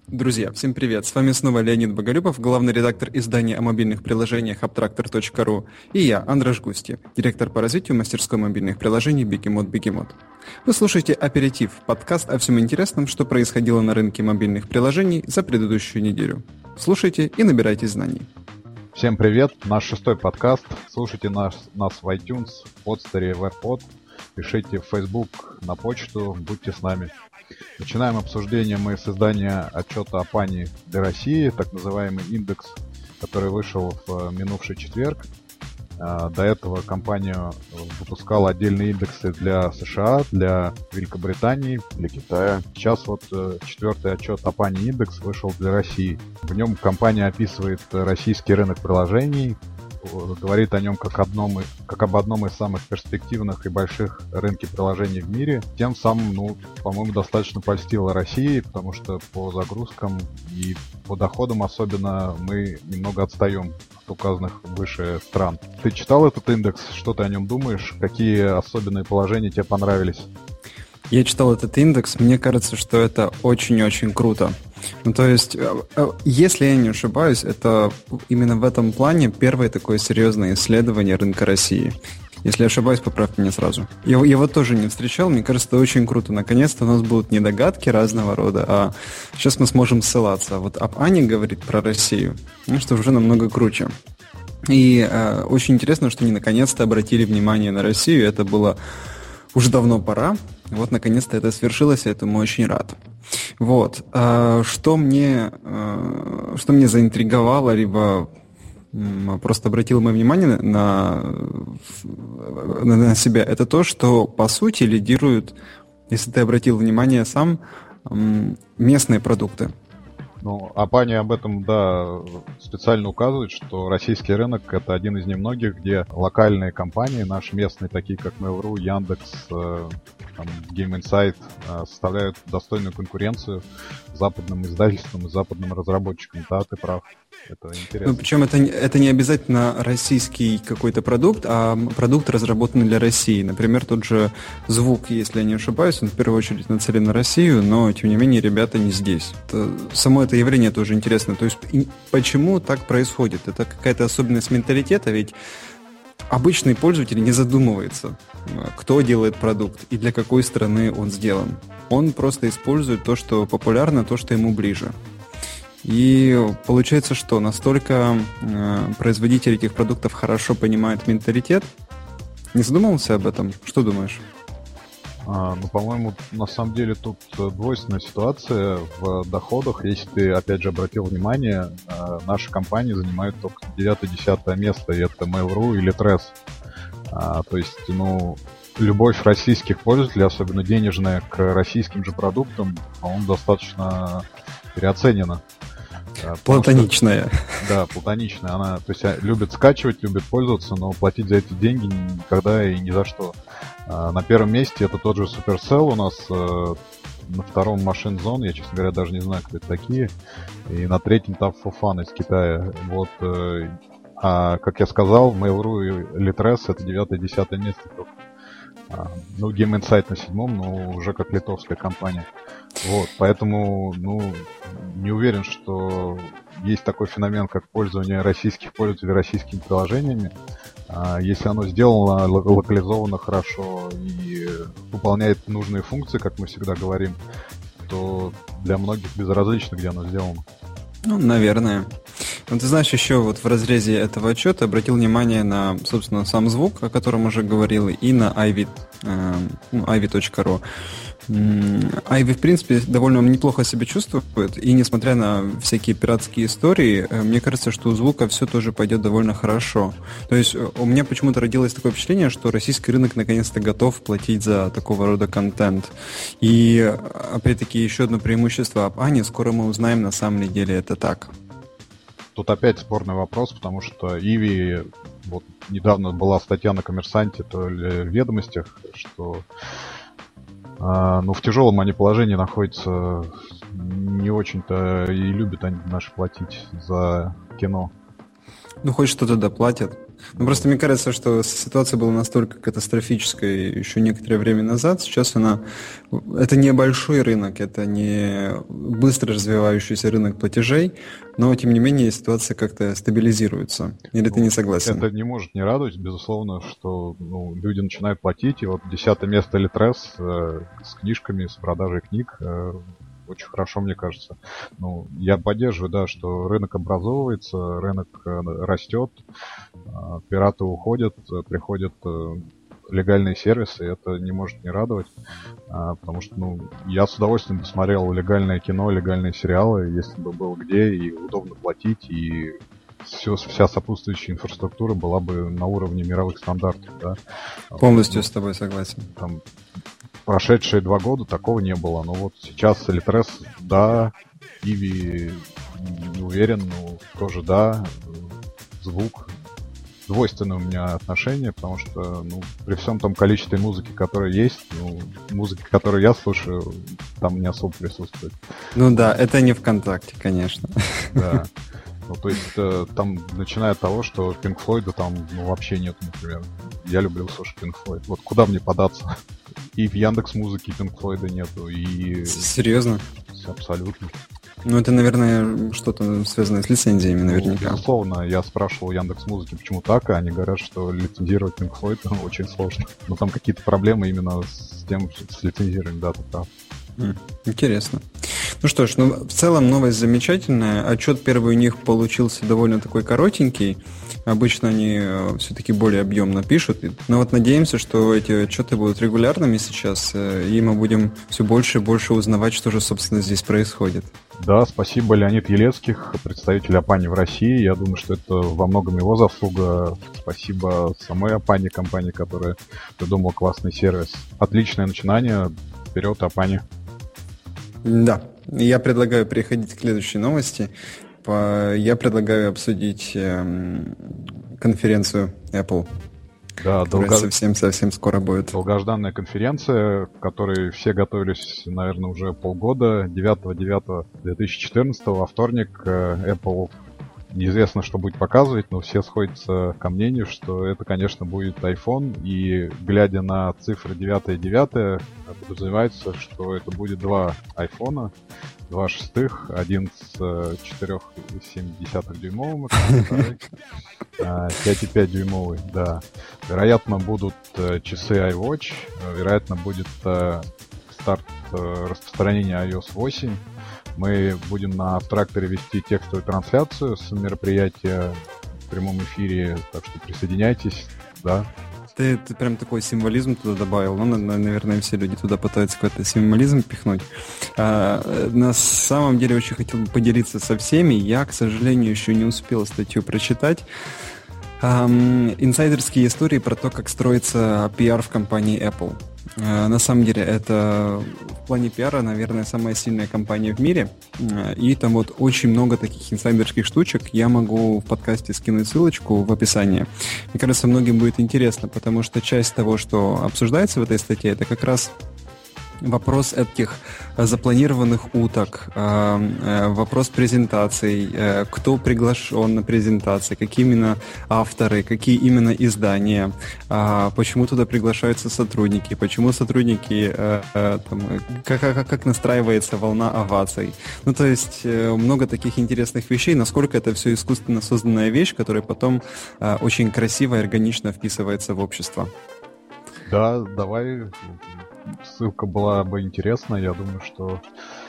Друзья, всем привет! С вами снова Леонид Боголюбов, главный редактор издания о мобильных приложениях Abtractor.ru, и я, Андраш Густи, директор по развитию мастерской мобильных приложений Бегемот. Вы слушаете «Аперитив» — подкаст о всем интересном, что происходило на рынке мобильных приложений за предыдущую неделю. Слушайте и набирайтесь знаний. Всем привет! Наш 6-й подкаст. Слушайте нас в iTunes, в подстере, в AirPod. Пишите в Facebook, на почту, будьте с нами. Начинаем обсуждение мы с издания отчета Апани для России, так называемый индекс, который вышел в минувший четверг. До этого компания выпускала отдельные индексы для США, для Великобритании, для Китая. Сейчас вот четвертый отчет Апани индекс вышел для России. В нем компания описывает российский рынок приложений, говорит о нем как об одном из самых перспективных и больших рынков приложений в мире. Тем самым, по-моему, достаточно польстила России, потому что по загрузкам и по доходам особенно мы немного отстаем от указанных выше стран. Ты читал этот индекс? Что ты о нем думаешь? Какие особенные положения тебе понравились? Я читал этот индекс, мне кажется, что это очень-очень круто. То есть, если я не ошибаюсь, это именно в этом плане первое такое серьезное исследование рынка России. Если я ошибаюсь, поправьте меня сразу. Я его тоже не встречал, мне кажется, это очень круто. Наконец-то у нас будут не догадки разного рода, а сейчас мы сможем ссылаться. А вот Апани говорит про Россию, что уже намного круче. И очень интересно, что они наконец-то обратили внимание на Россию, это было уже давно пора. Вот, наконец-то это свершилось, я этому очень рад. Вот. Что мне заинтриговало, либо просто обратило мое внимание на себя, это то, что, по сути, лидируют, если ты обратил внимание сам, местные продукты. Апани об этом, специально указывает, что российский рынок — это один из немногих, где локальные компании, наши местные, такие как Mail.ru, Яндекс, Game Insight, составляют достойную конкуренцию западным издательствам и западным разработчикам. Да, ты прав. Это интересно. Причем это не обязательно российский какой-то продукт, а продукт, разработанный для России. Например, тот же звук, если я не ошибаюсь, он в первую очередь нацелен на Россию, но, тем не менее, ребята не здесь. Само это явление тоже интересно. То есть, почему так происходит? Это какая-то особенность менталитета, ведь обычный пользователь не задумывается, кто делает продукт и для какой страны он сделан. Он просто использует то, что популярно, то, что ему ближе. И получается, что настолько производители этих продуктов хорошо понимают менталитет. Не задумывался об этом? Что думаешь? По-моему, на самом деле тут двойственная ситуация в доходах. Если ты, опять же, обратил внимание, наши компании занимают только 9-10 место, и это Mail.ru или Litres. То есть, любовь российских пользователей, особенно денежная, к российским же продуктам, по-моему, достаточно переоценена. Платоничная. Да, платоничная. Она, то есть, любит скачивать, любит пользоваться, но платить за эти деньги никогда и ни за что. На первом месте это тот же Supercell у нас, на втором Machine Zone, я, честно говоря, даже не знаю, кто это такие, и на третьем Tab for Fun из Китая. Вот, как я сказал, Mail.ru и Litres это 9-10 место только. Game Insight на 7-м, но уже как литовская компания. Вот, поэтому, не уверен, что есть такой феномен, как пользование российских пользователей российскими приложениями. Если оно сделано локализовано хорошо и выполняет нужные функции, как мы всегда говорим, то для многих безразлично, где оно сделано. Наверное. Ты знаешь, еще вот в разрезе этого отчета обратил внимание на, собственно, сам звук, о котором уже говорил, и на Ivy, ivy.ru. Ivy, в принципе, довольно неплохо себя чувствует, и несмотря на всякие пиратские истории, мне кажется, что у звука все тоже пойдет довольно хорошо. То есть у меня почему-то родилось такое впечатление, что российский рынок наконец-то готов платить за такого рода контент. И, опять-таки, еще одно преимущество Апани, скоро мы узнаем, на самом ли деле это так. Тут опять спорный вопрос, потому что Иви, вот недавно была статья на «Коммерсанте», то ли в «Ведомостях», что в тяжелом они положении находятся, не очень-то и любят они наши платить за кино. Хоть что-то доплатят. Ну, просто мне кажется, что ситуация была настолько катастрофической еще некоторое время назад. Сейчас это не большой рынок, это не быстро развивающийся рынок платежей, но, тем не менее, ситуация как-то стабилизируется. Или ты не согласен? Это не может не радовать, безусловно, что люди начинают платить. И вот 10 место Litres с книжками, с продажей книг очень хорошо, мне кажется. Я поддерживаю, да, что рынок образовывается, рынок растет, пираты уходят, приходят легальные сервисы, и это не может не радовать, потому что, я с удовольствием посмотрел легальное кино, легальные сериалы, если бы было где, и удобно платить, и вся сопутствующая инфраструктура была бы на уровне мировых стандартов, да. Полностью с тобой согласен. Там прошедшие 2 года такого не было. Но вот сейчас Litres, да, Иви не уверен, тоже да, звук. Двойственное у меня отношение, потому что, при всем том количестве музыки, которая есть, музыки, которую я слушаю, там не особо присутствует. Да, это не ВКонтакте, конечно. Да. То есть там, начиная от того, что Pink Floyd там вообще нет, например. Я люблю слушать Pink Floyd. Вот куда мне податься? И в Яндекс.Музыке Pink Floyd нету, и... Серьезно? Абсолютно. Это, наверное, что-то связанное с лицензиями, наверняка. Безусловно, я спрашивал Яндекс.Музыки, почему так, а они говорят, что лицензировать Pink Floyd очень сложно. Но там какие-то проблемы именно с лицензированием, да, ты прав. Интересно. Ну что ж, в целом новость замечательная. Отчет первый у них получился довольно такой коротенький. Обычно они все-таки более объемно пишут. Но вот надеемся, что эти отчеты будут регулярными сейчас, и мы будем все больше и больше узнавать, что же, собственно, здесь происходит. Да, спасибо Леонид Елецких, представитель Апани в России. Я думаю, что это во многом его заслуга. Спасибо самой Апани, компании, которая придумала классный сервис. Отличное начинание. Вперед, Апани. Да, я предлагаю переходить к следующей новости. Я предлагаю обсудить конференцию Apple. Да, которая совсем скоро будет. Долгожданная конференция, к которой все готовились, наверное, уже полгода. 9.9.2014 во вторник Apple, неизвестно, что будет показывать, но все сходятся ко мнению, что это, конечно, будет iPhone. И глядя на цифры 9.9, подразумевается, что это будет 2 iPhone, 2 шестых, один с 4,7 дюймовым экраном, второй 5,5 дюймовый, да. Вероятно, будут часы iWatch, вероятно, будет старт распространения iOS 8. Мы будем на тракторе вести текстовую трансляцию с мероприятия в прямом эфире, так что присоединяйтесь, да. Ты прям такой символизм туда добавил. Наверное, все люди туда пытаются какой-то символизм пихнуть. На самом деле очень хотел бы поделиться со всеми. Я, к сожалению, еще не успел статью прочитать. Инсайдерские истории про то, как строится пиар в компании Apple. На самом деле, это в плане пиара, наверное, самая сильная компания в мире. И там вот очень много таких инсайдерских штучек. Я могу в подкасте скинуть ссылочку в описании. Мне кажется, многим будет интересно, потому что часть того, что обсуждается в этой статье, это как раз вопрос этих запланированных уток, вопрос презентаций, кто приглашен на презентации, какие именно авторы, какие именно издания, почему туда приглашаются сотрудники, почему сотрудники, как настраивается волна оваций. То есть много таких интересных вещей, насколько это все искусственно созданная вещь, которая потом очень красиво и органично вписывается в общество. Да, давай. Ссылка была бы интересна. Я думаю, что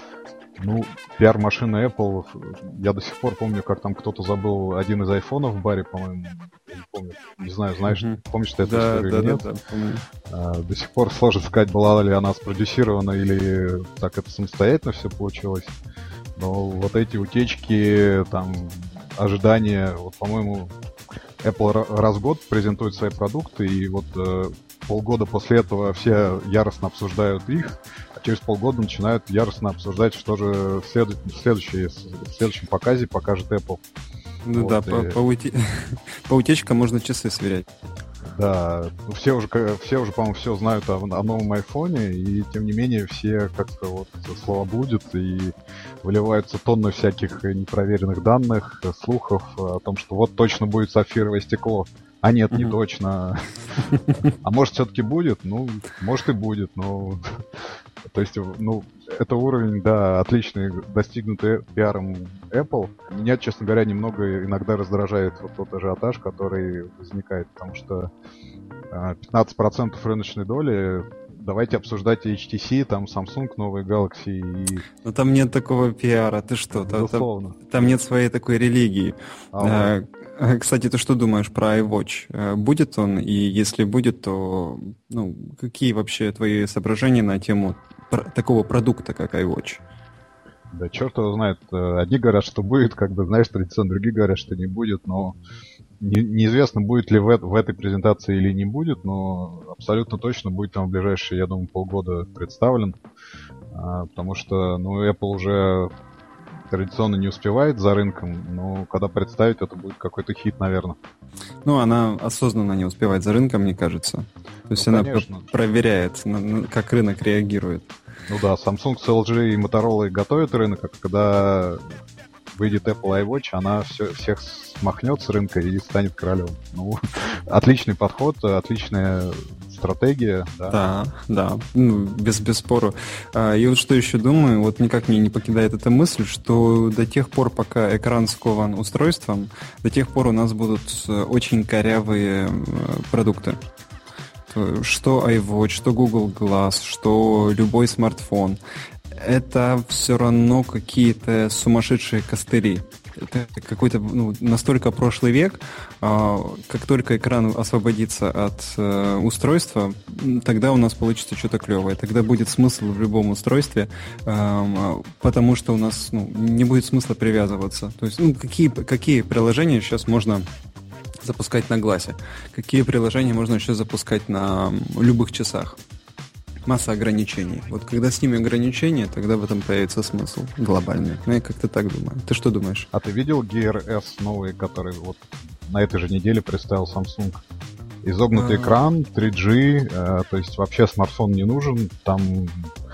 пиар-машина Apple. Я до сих пор помню, как там кто-то забыл один из айфонов в баре, по-моему. Не помню. Не знаю, знаешь, помнишь ты эту историю или нет? Да, помню. До сих пор сложно сказать, была ли она спродюсирована или так это самостоятельно все получилось. Но вот эти утечки, там, ожидания, вот, по-моему, Apple раз в год презентует свои продукты, и вот полгода после этого все яростно обсуждают их, а через полгода начинают яростно обсуждать, что же в следующем показе покажет Apple. Да, по утечкам можно часы сверять. Да, все уже, по-моему, все знают о новом айфоне, и тем не менее все как-то вот слова блудят, и выливаются тонны всяких непроверенных данных, слухов о том, что вот точно будет сапфировое стекло. А нет, не точно. А может, все-таки будет? Ну, может и будет, но... То есть, ну, это уровень, да, отличный, достигнутый пиаром Apple. Меня, честно говоря, немного иногда раздражает вот тот ажиотаж, который возникает, потому что 15% рыночной доли, давайте обсуждать HTC, там Samsung, новые Galaxy и... Но там нет такого пиара, ты что? Там нет своей такой религии. Кстати, ты что думаешь про iWatch? Будет он? И если будет, то какие вообще твои соображения на тему такого продукта, как iWatch? Да черт его знает. Одни говорят, что будет, как бы, знаешь, традиционно, другие говорят, что не будет, но неизвестно, будет ли в этой презентации или не будет, но абсолютно точно будет там в ближайшие, я думаю, полгода представлен, потому что, Apple уже традиционно не успевает за рынком, но когда представить, это будет какой-то хит, наверное. Она осознанно не успевает за рынком, мне кажется. То есть она проверяет, как рынок реагирует. Ну да, Samsung с LG и Motorola готовят рынок, а когда выйдет Apple iWatch, она всех смахнет с рынка и станет королем. Отличный подход, отличная стратегия. Да, без спору. И вот что еще думаю, вот никак мне не покидает эта мысль, что до тех пор, пока экран скован устройством, до тех пор у нас будут очень корявые продукты. Что iWatch, что Google Glass, что любой смартфон. Это все равно какие-то сумасшедшие костыли. Это какой-то настолько прошлый век. Как только экран освободится от устройства, тогда у нас получится что-то клевое. Тогда будет смысл в любом устройстве, потому что у нас не будет смысла привязываться. То есть какие приложения сейчас можно запускать на гласе? Какие приложения можно еще запускать на любых часах? Масса ограничений. Вот когда снимем ограничения, тогда в этом появится смысл глобальный. Я как-то так думаю. Ты что думаешь? А ты видел Gear S новый, который вот на этой же неделе представил Samsung? Изогнутый экран, 3G, то есть вообще смартфон не нужен. Там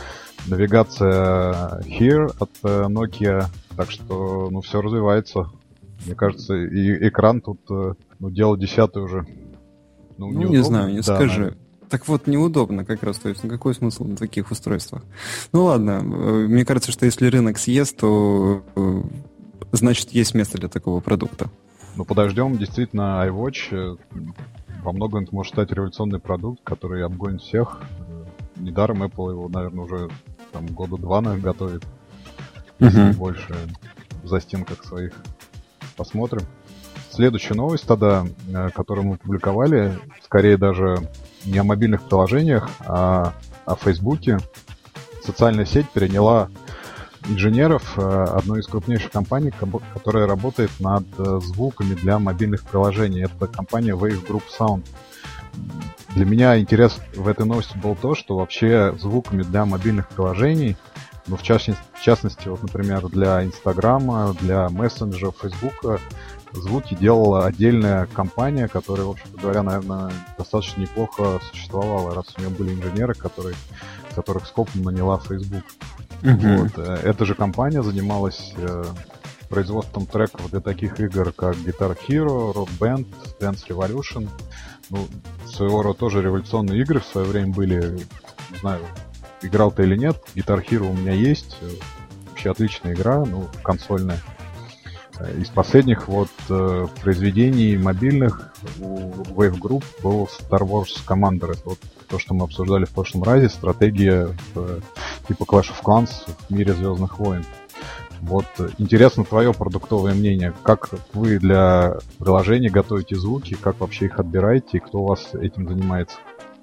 навигация Here от Nokia, так что все развивается. Мне кажется, и экран тут дело 10-й уже. Не знаю, не скажи. Наверное. Так вот, неудобно как раз. То есть, какой смысл на таких устройствах? Ладно, мне кажется, что если рынок съест, то значит есть место для такого продукта. Подождем. Действительно, iWatch во многом это может стать революционный продукт, который обгонит всех. Недаром Apple его, наверное, уже года 2, наверное, готовит. Если больше в застенках своих. Посмотрим. Следующая новость тогда, которую мы публиковали, скорее даже не о мобильных приложениях, а о Фейсбуке. Социальная сеть переняла инженеров одной из крупнейших компаний, которая работает над звуками для мобильных приложений. Это компания Wave Group Sound. Для меня интерес в этой новости был то, что вообще звуками для мобильных приложений, в частности, вот, например, для Инстаграма, для мессенджеров, Фейсбука, звуки делала отдельная компания, которая, в общем-то говоря, наверное, достаточно неплохо существовала, раз у нее были инженеры, которых скопом наняла Facebook. Вот. Эта же компания занималась производством треков для таких игр, как Guitar Hero, Rock Band, Dance Revolution. Своего рода тоже революционные игры в свое время были. Не знаю, играл ты или нет. Guitar Hero у меня есть. Вообще отличная игра, консольная. Из последних произведений мобильных у Wave Group был Star Wars Commander. Это вот то, что мы обсуждали в прошлом разе, стратегия типа Clash of Clans в мире Звездных войн. Интересно твое продуктовое мнение. Как вы для приложений готовите звуки, как вообще их отбираете и кто у вас этим занимается?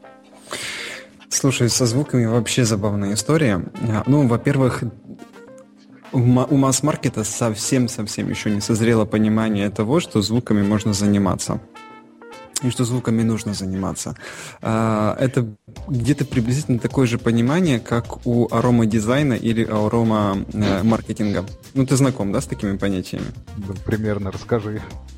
Слушай, со звуками вообще забавная история. Во-первых, у масс-маркета совсем еще не созрело понимание того, что звуками можно заниматься. И что звуками нужно заниматься. Это где-то приблизительно такое же понимание, как у арома-дизайна или арома-маркетинга. Ты знаком, да, с такими понятиями? Примерно, расскажи.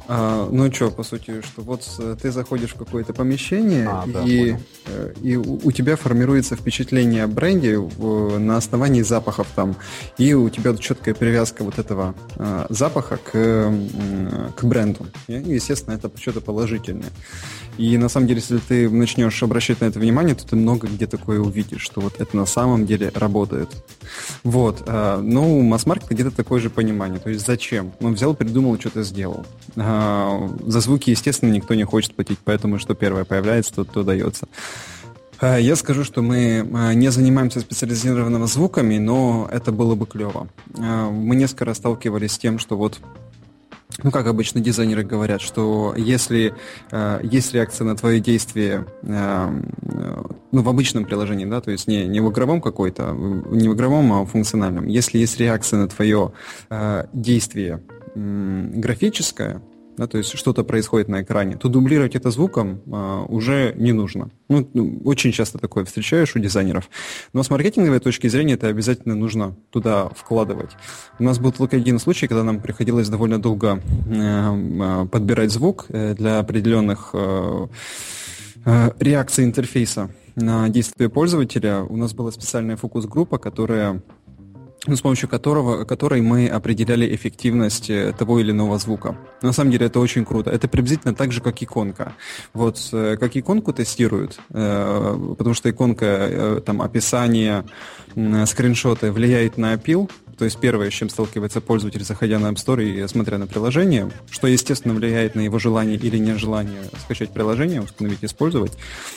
Ну что, по сути, что вот ты заходишь в какое-то помещение, и у тебя формируется впечатление о бренде на основании запахов там, и у тебя четкая привязка вот этого запаха к бренду. И, естественно, это что-то положительное. И на самом деле, если ты начнешь обращать на это внимание, то ты много где такое увидишь, что вот это на самом деле работает. Вот. Ну, у масс-маркета где-то такое же понимание. То есть зачем? Он взял, придумал, что-то сделал. За звуки, естественно, никто не хочет платить, поэтому что первое появляется, то дается. Я скажу, что мы не занимаемся специализированными звуками, но это было бы клево. Мы несколько раз сталкивались с тем, что вот, ну, как обычно дизайнеры говорят, что если есть реакция на твое действие, ну, в обычном приложении, да, то есть не в игровом какой-то, не в игровом, а в функциональном, если есть реакция на твое действие графическое, да, то есть что-то происходит на экране, то дублировать это звуком уже не нужно. Ну, очень часто такое встречаешь у дизайнеров. Но с маркетинговой точки зрения это обязательно нужно туда вкладывать. У нас был только один случай, когда нам приходилось довольно долго подбирать звук для определенных реакций интерфейса на действие пользователя. У нас была специальная фокус-группа, с помощью которой мы определяли эффективность того или иного звука. На самом деле это очень круто. Это приблизительно так же, как иконка. Вот как иконку тестируют, потому что иконка, там, описание, скриншоты влияет на аппил. То есть первое, с чем сталкивается пользователь, заходя на App Store и смотря на приложение, что, естественно, влияет на его желание или нежелание скачать приложение, установить, использовать.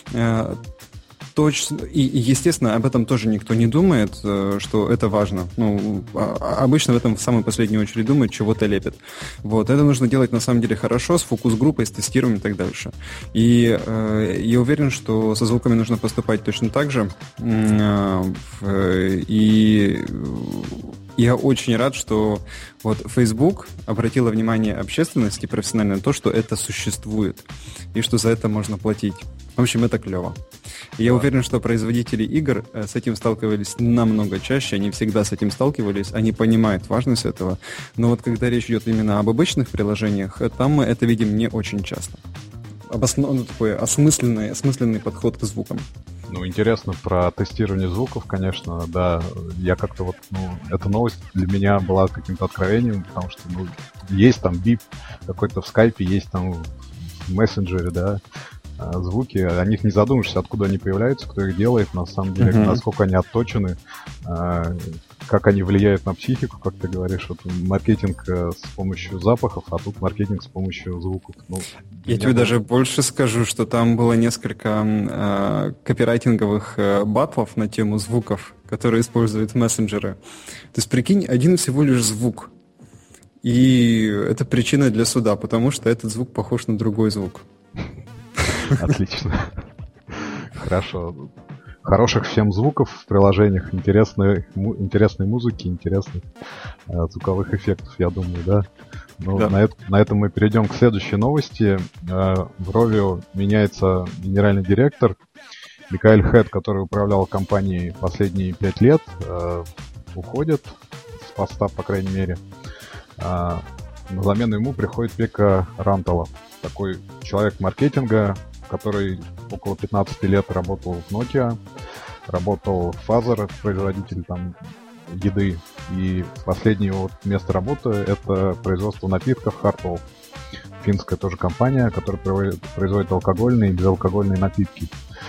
И, естественно, об этом тоже никто не думает, что это важно. Ну, обычно в этом в самую последнюю очередь думают, чего-то лепят. Вот. Это нужно делать на самом деле хорошо, с фокус-группой, с тестированием и так дальше. И я уверен, что со звуками нужно поступать точно так же. И я очень рад, что вот Facebook обратила внимание общественности профессионально на то, что это существует, и что за это можно платить. В общем, это клево. Я уверен, что производители игр с этим сталкивались намного чаще, они всегда с этим сталкивались, они понимают важность этого, но вот когда речь идет именно об обычных приложениях, там мы это видим не очень часто. Такой осмысленный подход к звукам. Ну, интересно про тестирование звуков, конечно, да. Я как-то вот, эта новость для меня была каким-то откровением, потому что, есть там бип какой-то в скайпе, есть там в мессенджере, да, звуки, о них не задумаешься, откуда они появляются, кто их делает, на самом деле, насколько они отточены, как они влияют на психику, как ты говоришь, вот маркетинг с помощью запахов, а тут маркетинг с помощью звуков. Я тебе даже больше скажу, что там было несколько копирайтинговых батлов на тему звуков, которые используют мессенджеры. То есть, прикинь, один всего лишь звук. И это причина для суда, потому что этот звук похож на другой звук. Отлично. Хорошо. Хороших всем звуков в приложениях, интересной музыки, интересных звуковых эффектов, я думаю, да. Да. На этом мы перейдем к следующей новости. В Rovio меняется генеральный директор. Микаэль Хэт, который управлял компанией последние 5 лет, уходит с поста, по крайней мере. На замену ему приходит Пекка Рантала, такой человек маркетинга, который около 15 лет работал в Nokia, работал в Fazer, производитель там еды, и последнее его место работы — это производство напитков Hartwall. Финская тоже компания, которая производит алкогольные и безалкогольные напитки.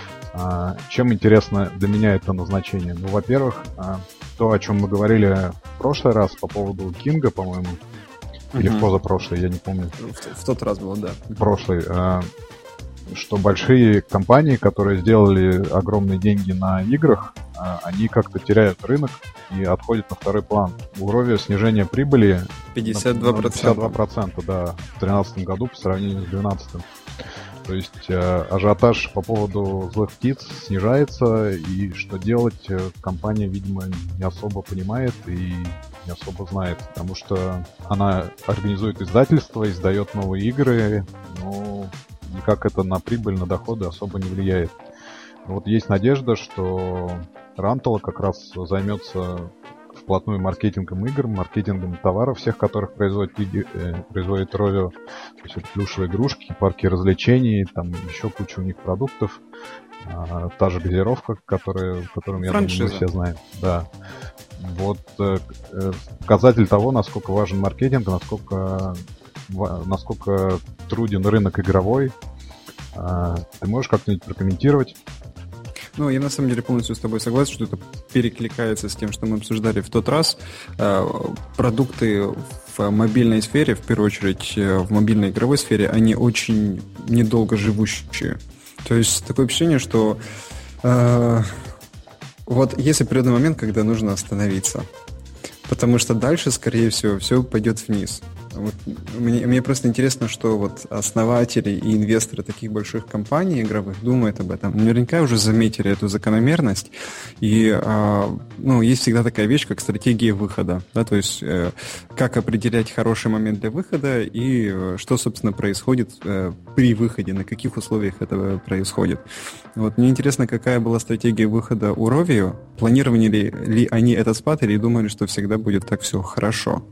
Чем интересно для меня это назначение? Ну, во-первых, то, о чем мы говорили в прошлый раз по поводу Кинга, по-моему, или в позапрошлый, я не помню. В тот раз было, да. Прошлый. Что большие компании, которые сделали огромные деньги на играх, они как-то теряют рынок и отходят на второй план. У Rovio снижение прибыли 52%. 52%, да, в 2013 году по сравнению с 2012. То есть ажиотаж по поводу злых птиц снижается, и что делать, компания, видимо, не особо понимает и не особо знает, потому что она организует издательство, издает новые игры, но никак это на прибыль, на доходы особо не влияет. Вот есть надежда, что Рантала как раз займется вплотную маркетингом игр, маркетингом товаров, всех которых производит Rovio. То есть это плюшевые игрушки, парки развлечений, там еще куча у них продуктов. Та же газировка, которую, я думаю, мы все знаем. Да. Вот показатель того, насколько важен маркетинг, насколько труден рынок игровой. Ты можешь как-нибудь прокомментировать? Ну, я на самом деле полностью с тобой согласен, что это перекликается с тем, что мы обсуждали в тот раз. Продукты в мобильной сфере, в первую очередь в мобильной игровой сфере, они очень недолго живущие. То есть такое ощущение, что вот есть определенный момент, когда нужно остановиться. Потому что дальше, скорее всего, все пойдет вниз. Вот мне просто интересно, что вот основатели и инвесторы таких больших компаний игровых думают об этом. Наверняка уже заметили эту закономерность. И есть всегда такая вещь, как стратегия выхода. Да? То есть как определять хороший момент для выхода и что, собственно, происходит при выходе, на каких условиях это происходит. Вот мне интересно, какая была стратегия выхода у Rovio. Планировали ли они этот спад или думали, что всегда будет так все хорошо?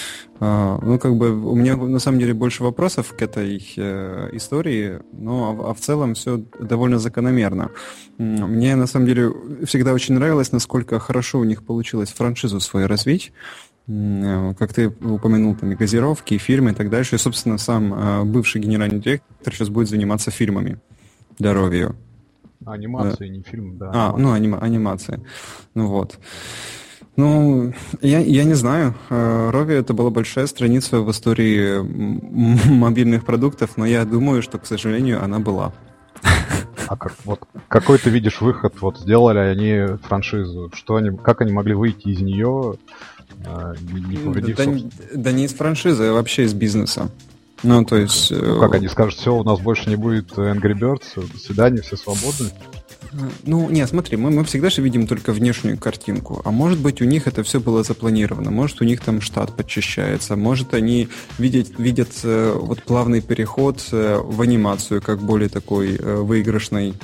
У меня на самом деле больше вопросов к этой истории, но в целом все довольно закономерно. Мне на самом деле всегда очень нравилось, насколько хорошо у них получилось франшизу свою развить. Как ты упомянул, там и газировки, и фильмы и так дальше. И, собственно, сам бывший генеральный директор сейчас будет заниматься фильмами для Rovio. Анимация, не фильм, да. Анимация. Я не знаю. Rovio это была большая страница в истории мобильных продуктов, но я думаю, что, к сожалению, она была. А какой ты видишь выход? Вот сделали они франшизу. Как они могли выйти из нее, не повредив Да не из франшизы, а вообще из бизнеса. То есть... Как они скажут, все, у нас больше не будет Angry Birds, до свидания, все свободны? Смотри, мы всегда же видим только внешнюю картинку. А может быть, у них это все было запланировано. Может, у них там штат подчищается. Может, они видят плавный переход в анимацию, как более такой выигрышный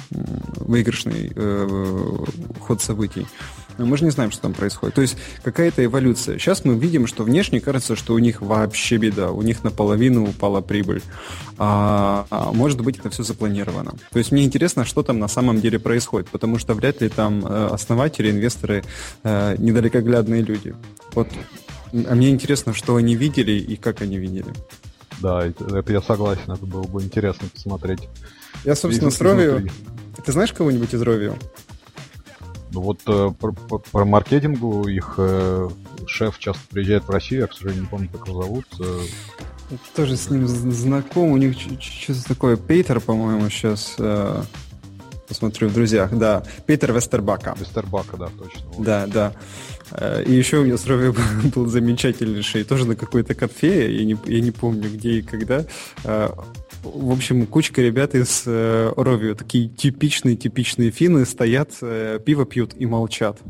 ход событий. Но мы же не знаем, что там происходит. То есть какая-то эволюция. Сейчас мы видим, что внешне кажется, что у них вообще беда. У них наполовину упала прибыль. А может быть, это все запланировано. То есть мне интересно, что там на самом деле происходит. Потому что вряд ли там основатели, инвесторы недалекоглядные люди. А мне интересно, что они видели и как они видели. Да, это я согласен. Это было бы интересно посмотреть. Я, собственно, с Rovio... Ты знаешь кого-нибудь из Rovio? Про маркетингу их шеф часто приезжает в Россию, я, к сожалению, не помню, как его зовут. Я тоже с ним знаком, у них что-то такое, Питер, по-моему, сейчас посмотрю в друзьях, да, Питер Вестербака. Вестербака, да, точно. Вот. Да. И еще у меня с Rovio был замечательнейший, тоже на какой-то кафе, я не помню где и когда. В общем, кучка ребят из Rovio, такие типичные финны, стоят, пиво пьют и молчат.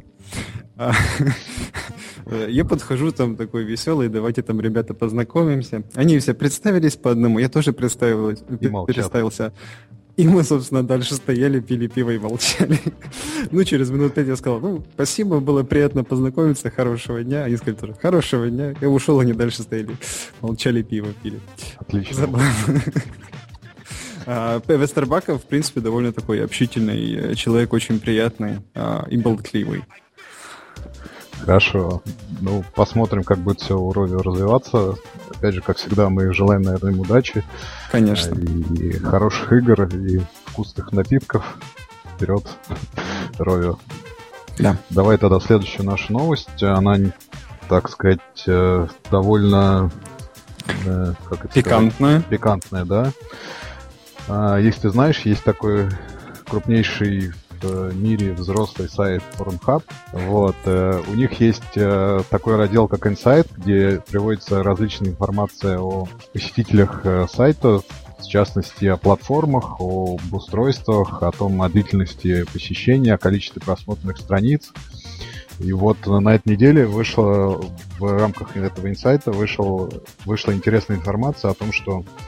Я подхожу там такой веселый, давайте там, ребята, познакомимся. Они все представились по одному, я тоже представился. И мы, собственно, дальше стояли, пили пиво и молчали. Через минут 5 я сказал, спасибо, было приятно познакомиться, хорошего дня. Они сказали тоже, хорошего дня. Я ушел, они дальше стояли, молчали, пиво пили. Отлично. Забавно. Вестербака, в принципе, довольно такой общительный человек, очень приятный и болтливый. Хорошо. Посмотрим, как будет все у Rovio развиваться. Опять же, как всегда, мы желаем, наверное, им удачи. Конечно. И хороших игр, и вкусных напитков. Вперед, Rovio. Да. Давай тогда следующую нашу новость. Она, так сказать, довольно... Пикантная. Пикантная, да. Если ты знаешь, есть такой крупнейший в мире взрослый сайт Pornhub. У них есть такой раздел, как Insight, где приводится различная информация о посетителях сайта, в частности, о платформах, об устройствах, о длительности посещения, о количестве просмотренных страниц. И на этой неделе в рамках этого инсайта вышла интересная информация о том, что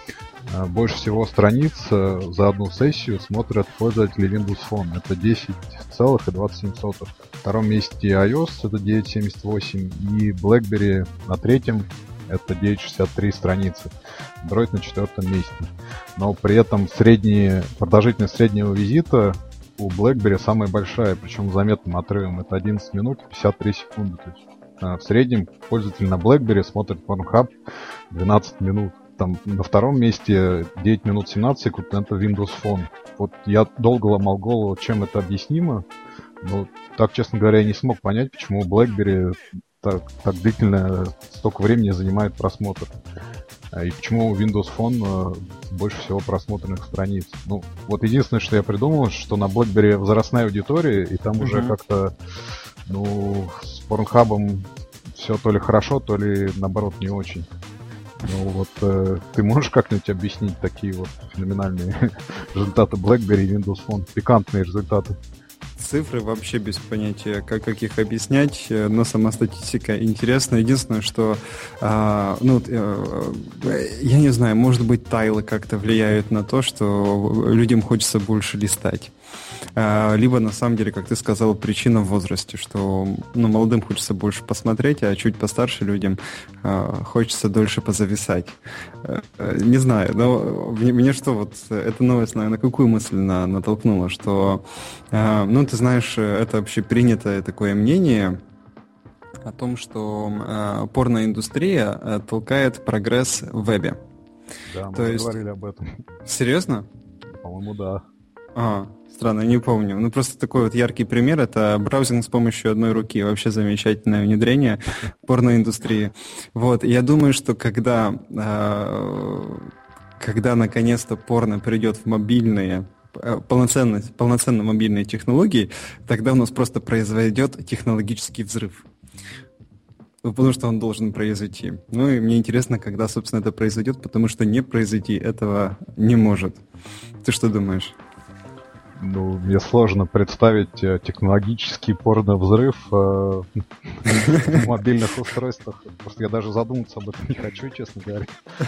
Больше всего страниц за одну сессию смотрят пользователи Windows Phone. Это 10,27. На втором месте iOS, это 9,78. И BlackBerry на третьем, это 9,63 страницы. Android на четвертом месте. Но при этом продолжительность среднего визита у BlackBerry самая большая, причем с заметным отрывом. Это 11 минут 53 секунды. То есть, в среднем пользователь на BlackBerry смотрит Pornhub 12 минут. Там на втором месте 9 минут 17 секунд, это Windows Phone. Вот я долго ломал голову, чем это объяснимо. Но так, честно говоря, я не смог понять, почему BlackBerry так длительно столько времени занимает просмотр. И почему Windows Phone больше всего просмотренных страниц. Ну, вот единственное, что я придумал, что на BlackBerry возрастная аудитория, и там уже как-то, с Pornhub'ом все то ли хорошо, то ли, наоборот, не очень. Ну вот ты можешь как-нибудь объяснить такие вот феноменальные результаты BlackBerry и Windows Phone? Пикантные результаты. Цифры вообще без понятия, как их объяснять, но сама статистика интересна. Единственное, что, я не знаю, может быть, тайлы как-то влияют на то, что людям хочется больше листать. Либо, на самом деле, как ты сказал, причина в возрасте, что молодым хочется больше посмотреть, а чуть постарше людям хочется дольше позависать. Не знаю, но мне что, вот эта новость, наверное, какую мысль натолкнула, что, ты знаешь, это вообще принятое такое мнение о том, что порноиндустрия толкает прогресс в вебе. Да, мы говорили об этом. Серьезно? По-моему, да. Странно, я не помню. Просто такой вот яркий пример — это браузинг с помощью одной руки. Вообще замечательное внедрение порноиндустрии. Вот, я думаю, что когда наконец-то порно придет в мобильные, полноценно мобильные технологии, тогда у нас просто произойдет технологический взрыв. Потому что он должен произойти. И мне интересно, когда, собственно, это произойдет, потому что не произойти этого не может. Ты что думаешь? Мне сложно представить технологический порно-взрыв в мобильных устройствах. Просто я даже задуматься об этом не хочу, честно говоря.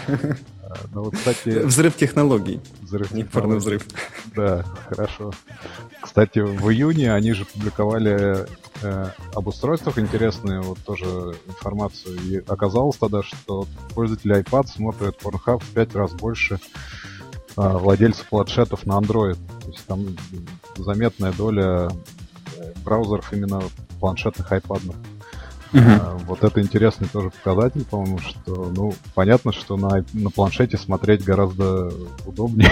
Но вот, кстати... Взрыв технологий. Не порно-взрыв. Да, хорошо. Кстати, в июне они же публиковали об устройствах интересную вот тоже информацию. И оказалось тогда, что пользователи iPad смотрят Pornhub в 5 раз больше владельцев планшетов на Android. То есть там заметная доля браузеров именно планшетных iPad'ных. Вот это интересный тоже показатель, по-моему, что, понятно, что на планшете смотреть гораздо удобнее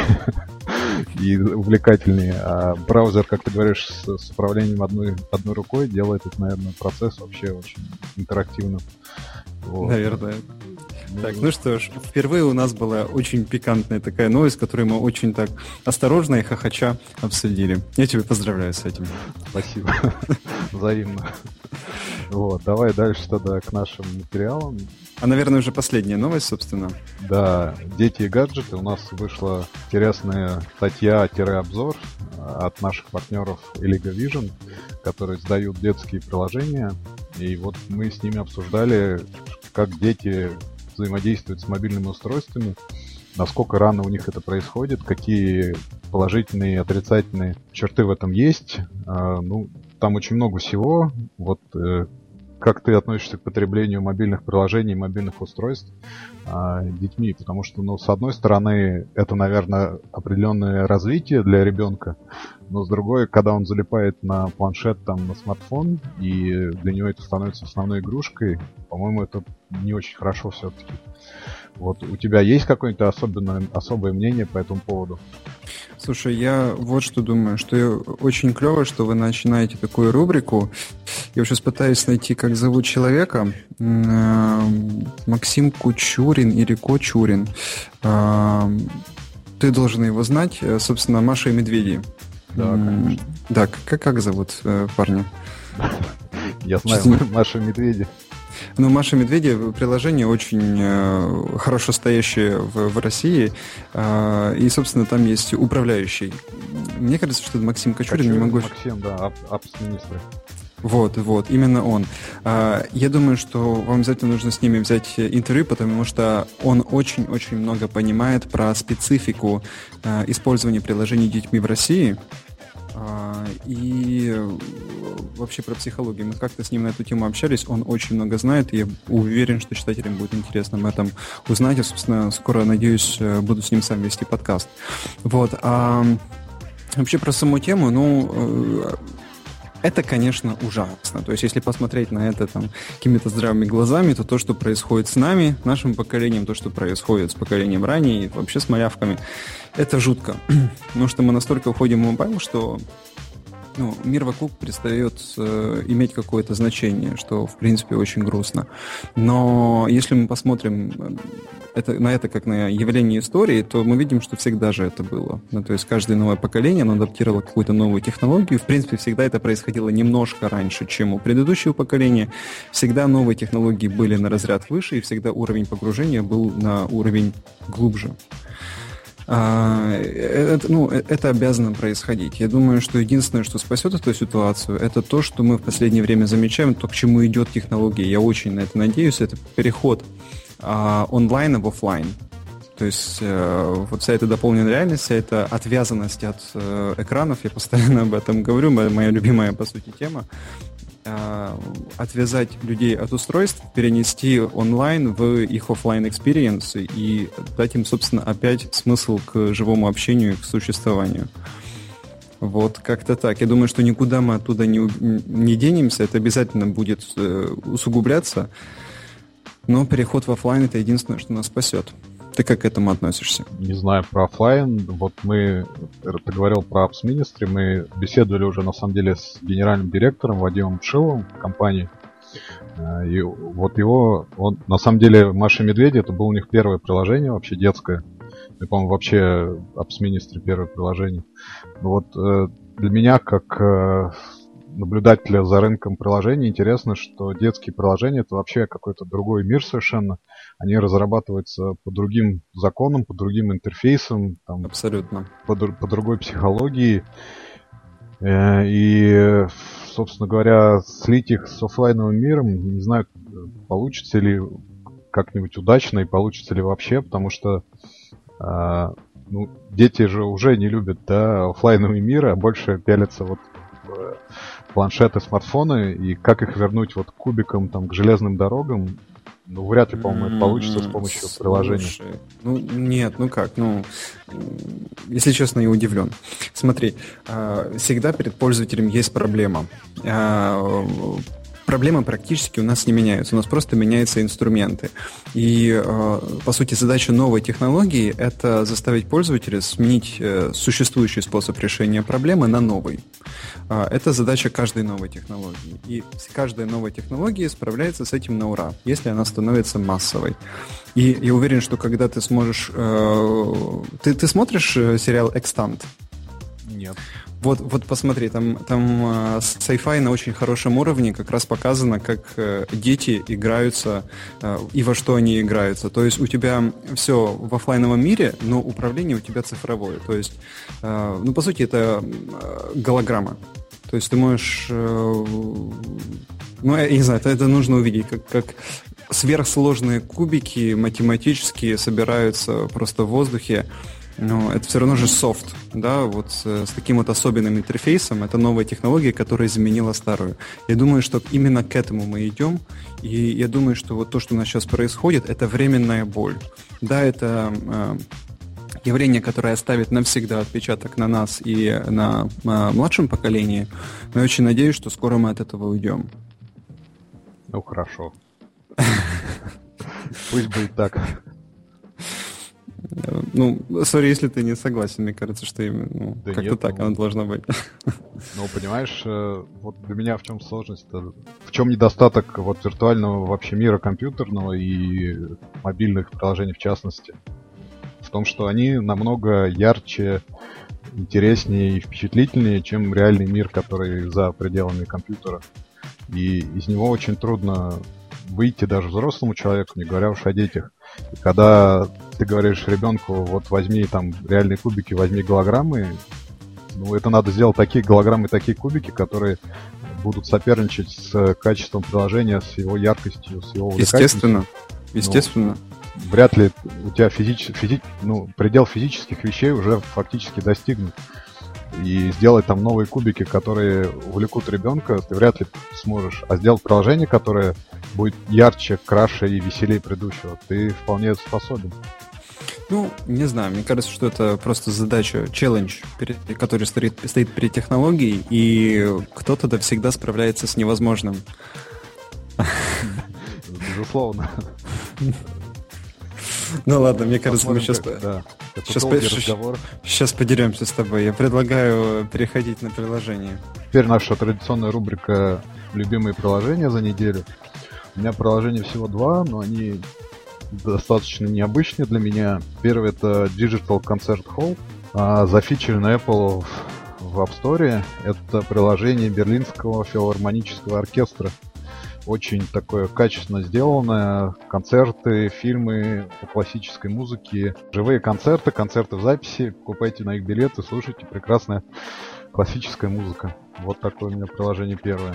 и увлекательнее. А браузер, как ты говоришь, с управлением одной рукой делает этот, наверное, процесс вообще очень интерактивным. Вот. Наверное. Так, что ж, впервые у нас была очень пикантная такая новость, которую мы очень так осторожно и хохоча обсудили. Я тебя поздравляю с этим. Спасибо. Взаимно. Вот, давай дальше тогда к нашим материалам. Наверное, уже последняя новость, собственно. Да, дети и гаджеты. У нас вышла интересная статья-обзор от наших партнеров Iliga Vision, которые издают детские приложения. И вот мы с ними обсуждали, как дети взаимодействуют с мобильными устройствами, насколько рано у них это происходит, какие положительные и отрицательные черты в этом есть. Там очень много всего. Вот как ты относишься к потреблению мобильных приложений, мобильных устройств детьми? Потому что, с одной стороны, это, наверное, определенное развитие для ребенка, но с другой, когда он залипает на планшет, на смартфон, и для него это становится основной игрушкой, по-моему, это не очень хорошо все-таки. Вот у тебя есть какое-то особое мнение по этому поводу? Слушай, я вот что думаю, что очень клево, что вы начинаете такую рубрику. Я сейчас пытаюсь найти, как зовут человека. Максим Кучурин или Кочурин. Ты должен его знать. Собственно, Маша и Медведи. Да, конечно. Да, как зовут парня? Я знаю, Маша и Медведи. Маша и Медведи приложение очень хорошо стоящее в России. И, собственно, там есть управляющий. Мне кажется, что это Максим Кочурин. Не могу... Максим, да, апс-министр. Вот, именно он. Я думаю, что вам обязательно нужно с ними взять интервью, потому что он очень-очень много понимает про специфику использования приложений детьми в России и вообще про психологию. Мы как-то с ним на эту тему общались, он очень много знает, и я уверен, что читателям будет интересно об этом узнать. Я, собственно, скоро, надеюсь, буду с ним сам вести подкаст. Вот. Вообще про саму тему, это, конечно, ужасно. То есть, если посмотреть на это какими-то здравыми глазами, то что происходит с нами, нашим поколением, то, что происходит с поколением ранее, и вообще с малявками, это жутко. Потому что мы настолько уходим в мобайл, что мир вокруг перестает иметь какое-то значение, что, в принципе, очень грустно. Но если мы посмотрим на это как на явление истории, то мы видим, что всегда же это было. То есть каждое новое поколение, оно адаптировало какую-то новую технологию. В принципе, всегда это происходило немножко раньше, чем у предыдущего поколения. Всегда новые технологии были на разряд выше, и всегда уровень погружения был на уровень глубже. Это обязано происходить. Я думаю, что единственное, что спасет эту ситуацию, это то, что мы в последнее время замечаем, то, к чему идет технология. Я очень на это надеюсь. Это переход онлайна в офлайн. То есть вот вся эта дополненная реальность, вся эта отвязанность от экранов, я постоянно об этом говорю, моя любимая, по сути, тема, отвязать людей от устройств, перенести онлайн в их офлайн experience и дать им, собственно, опять смысл к живому общению и к существованию. Вот как-то так. Я думаю, что никуда мы оттуда не денемся, это обязательно будет усугубляться, но переход в офлайн — это единственное, что нас спасет. Ты как к этому относишься? Не знаю про офлайн. Вот ты говорил про Apps Ministry, мы беседовали уже, на самом деле, с генеральным директором Вадимом Пшиловым компании. И вот он, на самом деле, Маша и Медведи, это было у них первое приложение вообще детское. Я, по-моему, вообще Apps Ministry первое приложение. Вот для меня, как наблюдателя за рынком приложений, интересно, что детские приложения — это вообще какой-то другой мир совершенно. Они разрабатываются по другим законам, по другим интерфейсам. Абсолютно. По другой психологии. И, собственно говоря, слить их с офлайновым миром, не знаю, получится ли как-нибудь удачно и получится ли вообще, потому что дети же уже не любят офлайновый мир, а больше пялятся в планшеты, смартфоны, и как их вернуть к кубикам, к железным дорогам, вряд ли, по-моему, это получится с помощью приложения. Нет, если честно, я удивлен. Смотри, всегда перед пользователем есть проблема. Проблемы практически у нас не меняются, у нас просто меняются инструменты. И, по сути, задача новой технологии — это заставить пользователя сменить существующий способ решения проблемы на новый. Это задача каждой новой технологии. И каждая новая технология справляется с этим на ура, если она становится массовой. И я уверен, что когда ты сможешь... Ты смотришь сериал «Экстант»? Нет. Вот посмотри, там sci-fi на очень хорошем уровне как раз показано, как дети играются и во что они играются. То есть у тебя все в офлайновом мире, но управление у тебя цифровое. То есть, по сути, это голограмма. То есть ты можешь... я не знаю, это нужно увидеть, как сверхсложные кубики математические собираются просто в воздухе. Но это все равно же софт, с таким особенным интерфейсом. Это новая технология, которая заменила старую. Я думаю, что именно к этому мы идем. И я думаю, что то, что у нас сейчас происходит, это временная боль. Да, это явление, которое оставит навсегда отпечаток на нас и на младшем поколении. Но я очень надеюсь, что скоро мы от этого уйдем. Хорошо. Пусть будет так. Сори, если ты не согласен, мне кажется, что именно как-то так оно должно быть. Понимаешь, для меня в чем сложность, в чем недостаток виртуального вообще мира компьютерного и мобильных приложений в частности? В том, что они намного ярче, интереснее и впечатлительнее, чем реальный мир, который за пределами компьютера. И из него очень трудно выйти даже взрослому человеку, не говоря уж о детях. И когда ты говоришь ребенку, возьми реальные кубики, возьми голограммы, это надо сделать такие голограммы, такие кубики, которые будут соперничать с качеством приложения, с его яркостью, с его увлекательностью. Естественно. Вряд ли у тебя предел физических вещей уже фактически достигнут. И сделать там новые кубики, которые увлекут ребенка, ты вряд ли сможешь. А сделать приложение, которое будет ярче, краше и веселее предыдущего, ты вполне способен. Ну, не знаю, мне кажется, что это просто задача, челлендж, который стоит перед технологией, и кто-то всегда справляется с невозможным. Безусловно. Ну ладно, мне кажется, мы сейчас подеремся с тобой. Я предлагаю переходить на приложение. Теперь наша традиционная рубрика «Любимые приложения за неделю». У меня приложений всего 2, но они достаточно необычные для меня. Первый — это Digital Concert Hall, зафичеренный Apple в App Store. Это приложение Берлинского филармонического оркестра. Очень такое качественно сделанное. Концерты, фильмы по классической музыке, живые концерты в записи. Покупайте на их билеты, слушайте. Прекрасная классическая музыка. Вот такое у меня приложение первое.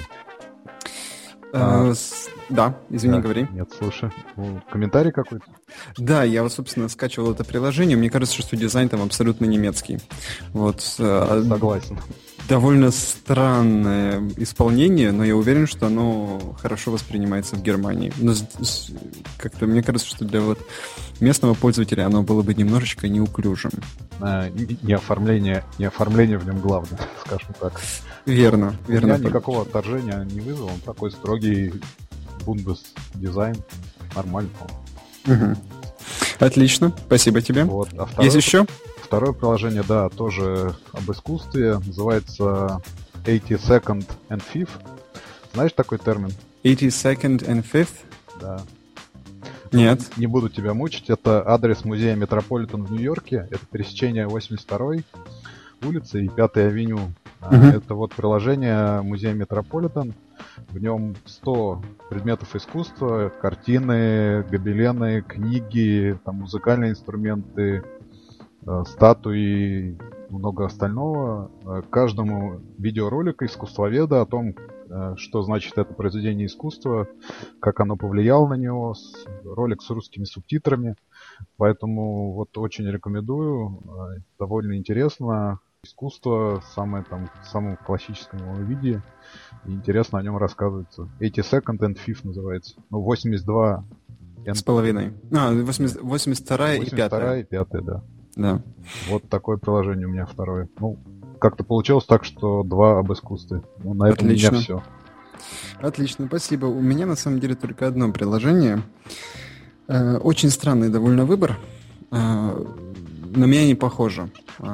Да, извини, говори. Нет, слушай. Комментарий какой-то? Да, я вот, собственно, скачивал это приложение. Мне кажется, что дизайн там абсолютно немецкий. Вот. Согласен. Довольно странное исполнение, но я уверен, что оно хорошо воспринимается в Германии. Но как-то мне кажется, что для вот местного пользователя оно было бы немножечко неуклюжим. Не оформление в нем главное, скажем так. Верно. У меня никакого отторжения не вызвал. Он такой строгий бундес-дизайн. Нормально. Угу. Отлично, спасибо тебе. Вот. Есть еще? Второе приложение, да, тоже об искусстве. Называется 82nd and 5th. Знаешь такой термин? 82nd and 5th? Да. Нет. Не буду тебя мучить. Это адрес музея Метрополитен в Нью-Йорке. Это пересечение 82-й улицы и 5-й авеню. Это вот приложение музея Метрополитен. В нем 100 предметов искусства, картины, гобелены, книги, там, музыкальные инструменты, статуи, много остального. Каждому видеоролику искусствоведа о том, что значит это произведение искусства, как оно повлияло на него, ролик с русскими субтитрами. Поэтому вот очень рекомендую, довольно интересно. Искусство в самом классическом его виде. И интересно о нем рассказывается. 82nd and 5th называется. 82 с половиной. 82 и 5. 82 и 5, да. Да. Вот такое приложение у меня второе. Как-то получилось так, что 2 об искусстве. На этом у меня все. Отлично, спасибо. У меня на самом деле только одно приложение. Очень странный довольно выбор. На меня не похоже.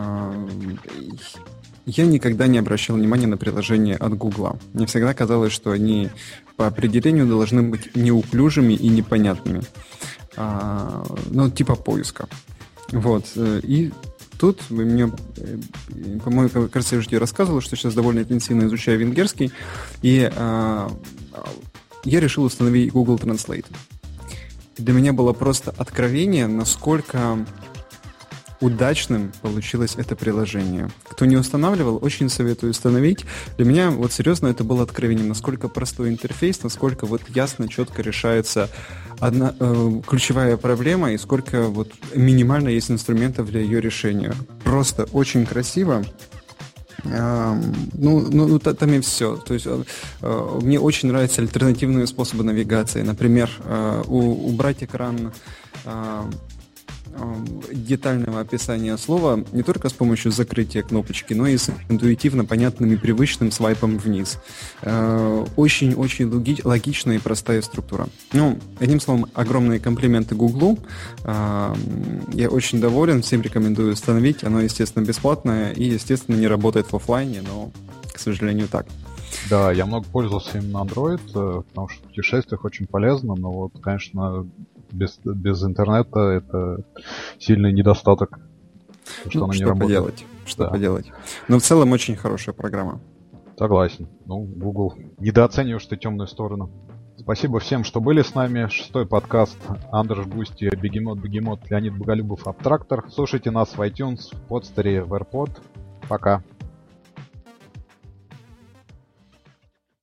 Я никогда не обращал внимания на приложения от Гугла. Мне всегда казалось, что они по определению должны быть неуклюжими и непонятными. Типа поиска. Вот. И тут вы мне, по-моему, кажется, я уже тебе рассказывал, что сейчас довольно интенсивно изучаю венгерский, и я решил установить Google Translate. И для меня было просто откровение, насколько удачным получилось это приложение. Кто не устанавливал, очень советую установить. Для меня, вот серьезно, это было откровением, насколько простой интерфейс, насколько вот ясно, четко решается одна ключевая проблема и сколько вот минимально есть инструментов для ее решения. Просто очень красиво. Там и все. То есть мне очень нравятся альтернативные способы навигации. Например, убрать экран детального описания слова не только с помощью закрытия кнопочки, но и с интуитивно понятным и привычным свайпом вниз. Очень-очень логичная и простая структура. Одним словом, огромные комплименты Гуглу. Я очень доволен, всем рекомендую установить. Оно, естественно, бесплатное и, естественно, не работает в офлайне, но, к сожалению, так. Да, я много пользовался им на Android, потому что в путешествиях очень полезно, но вот, конечно, без интернета это сильный недостаток, что она не работает. Что поделать. Но в целом очень хорошая программа. Согласен. Google, недооцениваешь ты темную сторону. Спасибо всем, что были с нами. 6-й подкаст. Андрей Густи, Бегемот, Леонид Боголюбов, Абтрактор. Слушайте нас в iTunes, в подстере, в AirPod. Пока.